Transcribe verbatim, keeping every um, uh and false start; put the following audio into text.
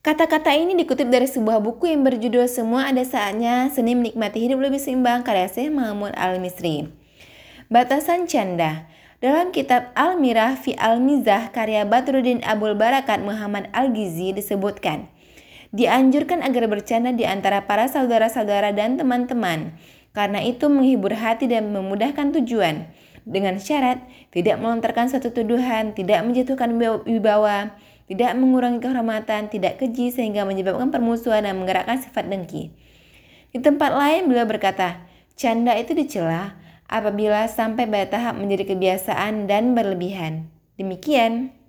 Kata-kata ini dikutip dari sebuah buku yang berjudul Semua Ada Saatnya, Seni Menikmati Hidup Lebih Seimbang, karya Syekh Mahmud Al-Misri. Batasan canda. Dalam kitab Al-Mirah fi Al-Mizah karya Badruddin Abul Barakat Muhammad Al-Gizi disebutkan, dianjurkan agar bercanda di antara para saudara-saudara dan teman-teman, karena itu menghibur hati dan memudahkan tujuan, dengan syarat tidak melontarkan suatu tuduhan, tidak menjatuhkan wibawa, tidak mengurangi kehormatan, tidak keji sehingga menyebabkan permusuhan dan menggerakkan sifat dengki. Di tempat lain beliau berkata, canda itu dicela apabila sampai pada tahap menjadi kebiasaan dan berlebihan. Demikian.